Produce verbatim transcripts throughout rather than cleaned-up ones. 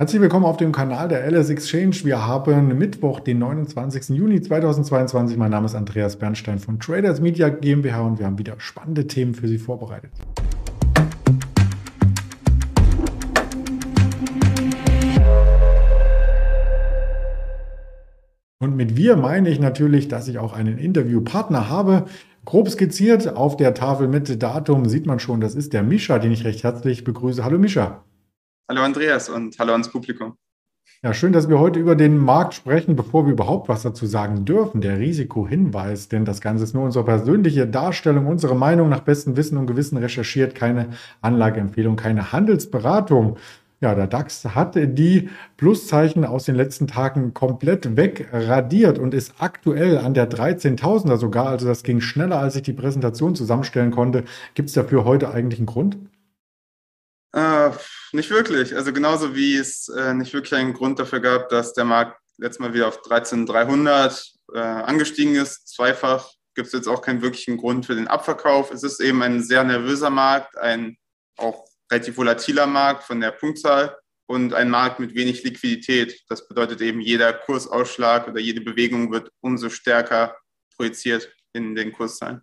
Herzlich willkommen auf dem Kanal der L S Exchange. Wir haben Mittwoch, den neunundzwanzigsten Juni zweitausendzweiundzwanzig. Mein Name ist Andreas Bernstein von Traders Media GmbH und wir haben wieder spannende Themen für Sie vorbereitet. Und mit wir meine ich natürlich, dass ich auch einen Interviewpartner habe. Grob skizziert auf der Tafel mit Datum sieht man schon, das ist der Mischa, den ich recht herzlich begrüße. Hallo Mischa. Hallo Andreas und hallo ans Publikum. Ja, schön, dass wir heute über den Markt sprechen, bevor wir überhaupt was dazu sagen dürfen. Der Risikohinweis, denn das Ganze ist nur unsere persönliche Darstellung, unsere Meinung nach bestem Wissen und Gewissen recherchiert, keine Anlageempfehlung, keine Handelsberatung. Ja, der DAX hat die Pluszeichen aus den letzten Tagen komplett wegradiert und ist aktuell an der dreizehntausender sogar. Also das ging schneller, als ich die Präsentation zusammenstellen konnte. Gibt es dafür heute eigentlich einen Grund? Äh, nicht wirklich. Also genauso wie es äh, nicht wirklich einen Grund dafür gab, dass der Markt letztes Mal wieder auf dreizehntausenddreihundert äh, angestiegen ist, zweifach, gibt es jetzt auch keinen wirklichen Grund für den Abverkauf. Es ist eben ein sehr nervöser Markt, ein auch relativ volatiler Markt von der Punktzahl und ein Markt mit wenig Liquidität. Das bedeutet eben, jeder Kursausschlag oder jede Bewegung wird umso stärker projiziert in den Kurszahlen.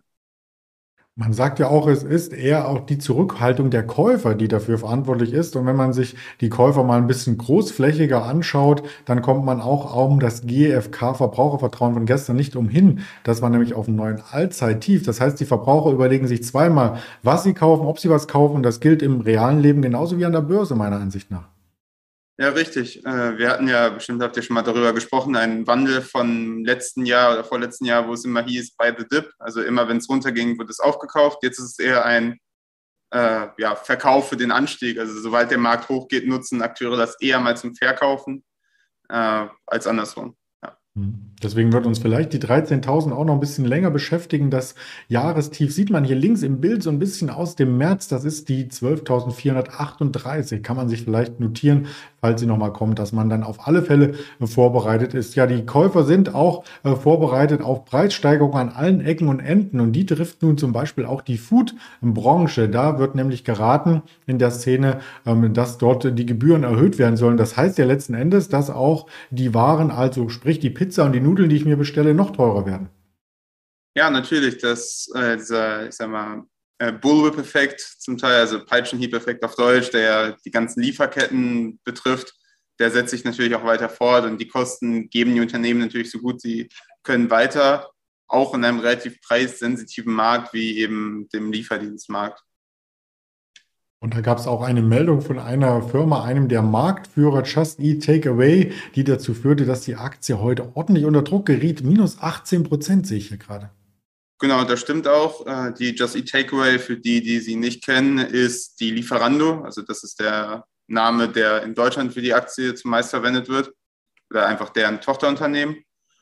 Man sagt ja auch, es ist eher auch die Zurückhaltung der Käufer, die dafür verantwortlich ist. Und wenn man sich die Käufer mal ein bisschen großflächiger anschaut, dann kommt man auch um das G F K-Verbrauchervertrauen von gestern nicht umhin. Das war nämlich auf einem neuen Allzeittief. Das heißt, die Verbraucher überlegen sich zweimal, was sie kaufen, ob sie was kaufen. Und das gilt im realen Leben genauso wie an der Börse, meiner Ansicht nach. Ja, richtig. Äh, Wir hatten ja, bestimmt habt ihr schon mal darüber gesprochen, einen Wandel von letzten Jahr oder vorletzten Jahr, wo es immer hieß, buy the dip. Also immer, wenn es runterging, wurde es aufgekauft. Jetzt ist es eher ein äh, ja, Verkauf für den Anstieg. Also sobald der Markt hochgeht, nutzen Akteure das eher mal zum Verkaufen äh, als andersrum. Ja. Deswegen wird uns vielleicht die dreizehntausend auch noch ein bisschen länger beschäftigen. Das Jahrestief sieht man hier links im Bild so ein bisschen aus dem März. Das ist die zwölftausendvierhundertachtunddreißig. Kann man sich vielleicht notieren, falls sie nochmal kommt, dass man dann auf alle Fälle vorbereitet ist. Ja, die Käufer sind auch äh, vorbereitet auf Preissteigerungen an allen Ecken und Enden. Und die trifft nun zum Beispiel auch die Food-Branche. Da wird nämlich geraten in der Szene, ähm, dass dort die Gebühren erhöht werden sollen. Das heißt ja letzten Endes, dass auch die Waren, also sprich die Pizza und die Nudeln, die ich mir bestelle, noch teurer werden. Ja, natürlich, das, äh, dieser, ich sag mal, äh, Bullwhip-Effekt zum Teil, also Peitschenhieb-Effekt auf Deutsch, der die ganzen Lieferketten betrifft, der setzt sich natürlich auch weiter fort und die Kosten geben die Unternehmen natürlich so gut sie können weiter, auch in einem relativ preissensitiven Markt wie eben dem Lieferdienstmarkt. Und da gab es auch eine Meldung von einer Firma, einem der Marktführer Just Eat Takeaway, die dazu führte, dass die Aktie heute ordentlich unter Druck geriet. Minus achtzehn Prozent sehe ich hier gerade. Genau, das stimmt auch. Äh, Die Just Eat Takeaway, für die, die sie nicht kennen, ist die Lieferando. Also das ist der Name, der in Deutschland für die Aktie zumeist verwendet wird oder einfach deren Tochterunternehmen.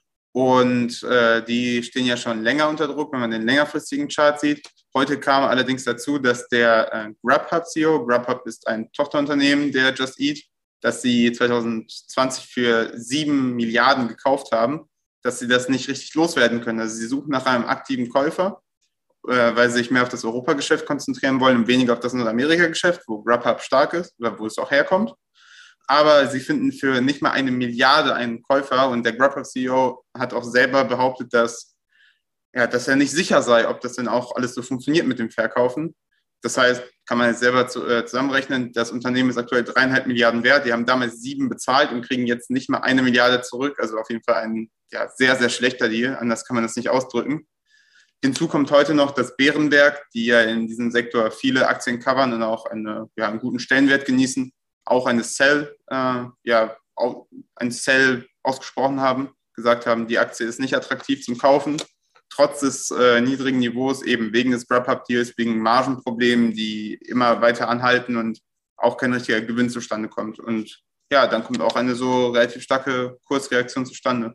Und äh, die stehen ja schon länger unter Druck, wenn man den längerfristigen Chart sieht. Heute kam allerdings dazu, dass der äh, Grubhub-C E O, Grubhub ist ein Tochterunternehmen der Just Eat, dass sie zwanzig zwanzig für sieben Milliarden gekauft haben, dass sie das nicht richtig loswerden können. Also sie suchen nach einem aktiven Käufer, äh, weil sie sich mehr auf das Europageschäft konzentrieren wollen und weniger auf das Nordamerika-Geschäft, wo Grubhub stark ist oder wo es auch herkommt. Aber sie finden für nicht mal eine Milliarde einen Käufer und der Grubhub-C E O hat auch selber behauptet, dass, ja, dass er nicht sicher sei, ob das denn auch alles so funktioniert mit dem Verkaufen. Das heißt, kann man jetzt selber zu, äh, zusammenrechnen, das Unternehmen ist aktuell dreieinhalb Milliarden wert. Die haben damals sieben bezahlt und kriegen jetzt nicht mal eine Milliarde zurück. Also auf jeden Fall ein ja, sehr, sehr schlechter Deal. Anders kann man das nicht ausdrücken. Hinzu kommt heute noch, dass Berenberg, die ja in diesem Sektor viele Aktien covern und auch eine, ja, einen guten Stellenwert genießen, auch eine Sell, äh, ja, auch ein Sell ausgesprochen haben, gesagt haben, die Aktie ist nicht attraktiv zum Kaufen, trotz des äh, niedrigen Niveaus, eben wegen des Grubhub-Deals, wegen Margenproblemen, die immer weiter anhalten und auch kein richtiger Gewinn zustande kommt. Und ja, dann kommt auch eine so relativ starke Kursreaktion zustande.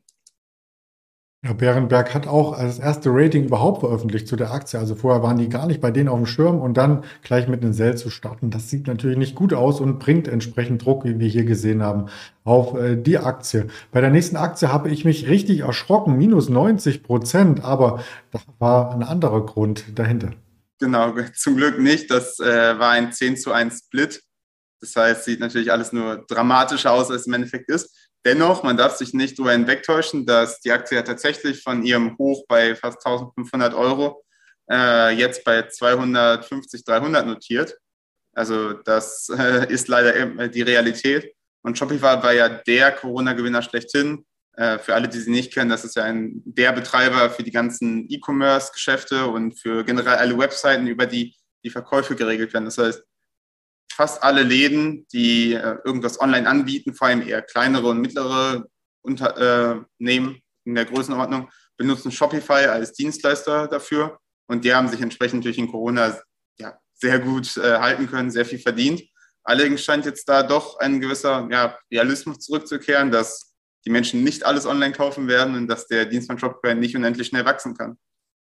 Ja, Berenberg hat auch als erste Rating überhaupt veröffentlicht zu der Aktie. Also vorher waren die gar nicht bei denen auf dem Schirm und dann gleich mit einem Sell zu starten. Das sieht natürlich nicht gut aus und bringt entsprechend Druck, wie wir hier gesehen haben, auf äh, die Aktie. Bei der nächsten Aktie habe ich mich richtig erschrocken, minus neunzig Prozent, aber da war ein anderer Grund dahinter. Genau, zum Glück nicht. Das äh, war ein zehn zu eins Split. Das heißt, sieht natürlich alles nur dramatischer aus, als es im Endeffekt ist. Dennoch, man darf sich nicht darüber hinwegtäuschen, dass die Aktie ja tatsächlich von ihrem Hoch bei fast eintausendfünfhundert Euro äh, jetzt bei zweihundertfünfzig, dreihundert notiert. Also das äh, ist leider die Realität. Und Shopify war ja der Corona-Gewinner schlechthin. Äh, für alle, die sie nicht kennen, das ist ja ein, der Betreiber für die ganzen E-Commerce-Geschäfte und für generell alle Webseiten, über die die Verkäufe geregelt werden. Das heißt, fast alle Läden, die äh, irgendwas online anbieten, vor allem eher kleinere und mittlere Unternehmen in der Größenordnung, benutzen Shopify als Dienstleister dafür. Und die haben sich entsprechend durch den Corona ja, sehr gut äh, halten können, sehr viel verdient. Allerdings scheint jetzt da doch ein gewisser ja, Realismus zurückzukehren, dass die Menschen nicht alles online kaufen werden und dass der Dienst von Shopify nicht unendlich schnell wachsen kann.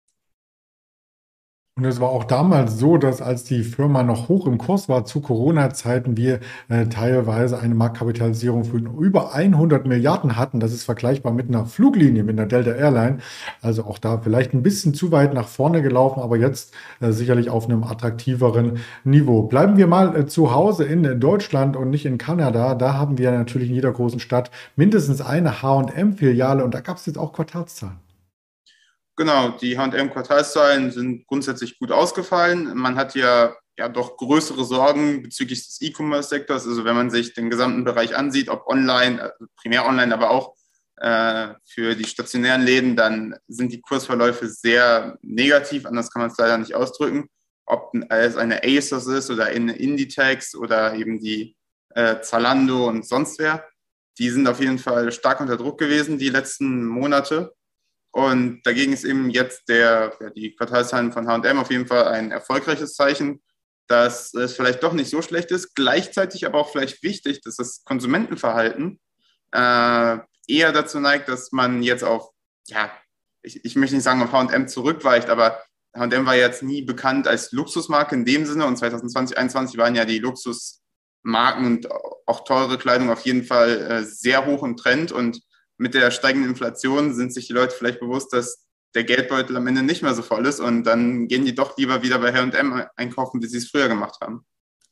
Und es war auch damals so, dass als die Firma noch hoch im Kurs war zu Corona-Zeiten, wir äh, teilweise eine Marktkapitalisierung von über hundert Milliarden hatten. Das ist vergleichbar mit einer Fluglinie, mit einer Delta Airline. Also auch da vielleicht ein bisschen zu weit nach vorne gelaufen, aber jetzt äh, sicherlich auf einem attraktiveren Niveau. Bleiben wir mal äh, zu Hause in Deutschland und nicht in Kanada. Da haben wir natürlich in jeder großen Stadt mindestens eine H und M-Filiale und da gab es jetzt auch Quartalszahlen. Genau, die H und M-Quartalszahlen sind grundsätzlich gut ausgefallen. Man hat ja, ja doch größere Sorgen bezüglich des E-Commerce-Sektors. Also wenn man sich den gesamten Bereich ansieht, ob online, also primär online, aber auch äh, für die stationären Läden, dann sind die Kursverläufe sehr negativ. Anders kann man es leider nicht ausdrücken. Ob es eine ASOS ist oder eine Inditex oder eben die äh, Zalando und sonst wer. Die sind auf jeden Fall stark unter Druck gewesen die letzten Monate. Und dagegen ist eben jetzt der, ja, die Quartalszahlen von H und M auf jeden Fall ein erfolgreiches Zeichen, dass es vielleicht doch nicht so schlecht ist. Gleichzeitig aber auch vielleicht wichtig, dass das Konsumentenverhalten äh, eher dazu neigt, dass man jetzt auf, ja, ich, ich möchte nicht sagen, auf H und M zurückweicht, aber H und M war jetzt nie bekannt als Luxusmarke in dem Sinne. Und zwanzig zwanzig, einundzwanzig waren ja die Luxusmarken und auch teure Kleidung auf jeden Fall äh, sehr hoch im Trend. Und mit der steigenden Inflation sind sich die Leute vielleicht bewusst, dass der Geldbeutel am Ende nicht mehr so voll ist und dann gehen die doch lieber wieder bei H und M einkaufen, wie sie es früher gemacht haben.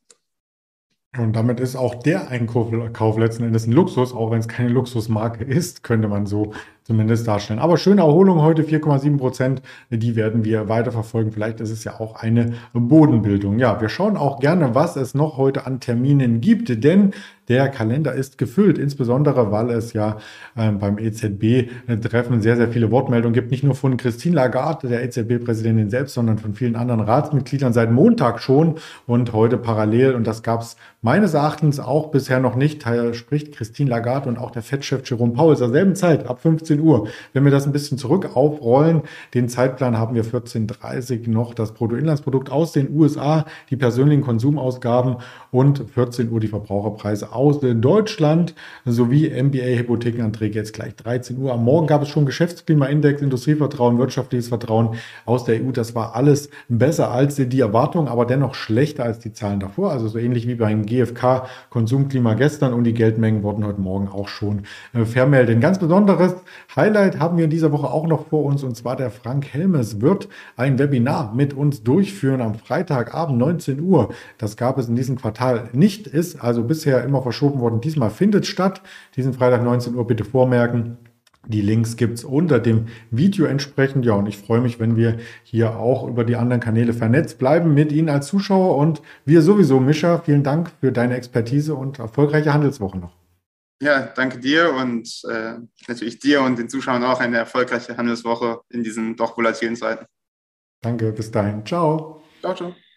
Und damit ist auch der Einkauf letzten Endes ein Luxus, auch wenn es keine Luxusmarke ist, könnte man so zumindest darstellen. Aber schöne Erholung heute, vier Komma sieben Prozent, die werden wir weiterverfolgen. Vielleicht ist es ja auch eine Bodenbildung. Ja, wir schauen auch gerne, was es noch heute an Terminen gibt, denn der Kalender ist gefüllt, insbesondere weil es ja äh, beim E Z B-Treffen sehr, sehr viele Wortmeldungen gibt. Nicht nur von Christine Lagarde, der E Z B-Präsidentin selbst, sondern von vielen anderen Ratsmitgliedern seit Montag schon und heute parallel. Und das gab es meines Erachtens auch bisher noch nicht. Da spricht Christine Lagarde und auch der Fed-Chef Jerome Powell zur selben Zeit, ab fünfzehn Uhr. Wenn wir das ein bisschen zurück aufrollen, den Zeitplan haben wir vierzehn Uhr dreißig noch das Bruttoinlandsprodukt aus den U S A, die persönlichen Konsumausgaben und vierzehn Uhr die Verbraucherpreise aus Deutschland sowie M B A-Hypothekenanträge jetzt gleich dreizehn Uhr. Am Morgen gab es schon Geschäftsklimaindex, Industrievertrauen, wirtschaftliches Vertrauen aus der E U. Das war alles besser als die Erwartungen, aber dennoch schlechter als die Zahlen davor. Also so ähnlich wie beim G F K Konsumklima gestern und die Geldmengen wurden heute Morgen auch schon äh, vermeldet. Ein ganz besonderes Highlight haben wir in dieser Woche auch noch vor uns und zwar der Frank Helmes wird ein Webinar mit uns durchführen am Freitagabend neunzehn Uhr. Das gab es in diesem Quartal nicht, ist also bisher immer verschoben worden. Diesmal findet es statt. Diesen Freitag neunzehn Uhr bitte vormerken. Die Links gibt es unter dem Video entsprechend. Ja, und ich freue mich, wenn wir hier auch über die anderen Kanäle vernetzt bleiben mit Ihnen als Zuschauer. Und wir sowieso, Mischa, vielen Dank für deine Expertise und erfolgreiche Handelswoche noch. Ja, danke dir und äh, natürlich dir und den Zuschauern auch eine erfolgreiche Handelswoche in diesen doch volatilen Zeiten. Danke, bis dahin. Ciao. Ciao, ciao.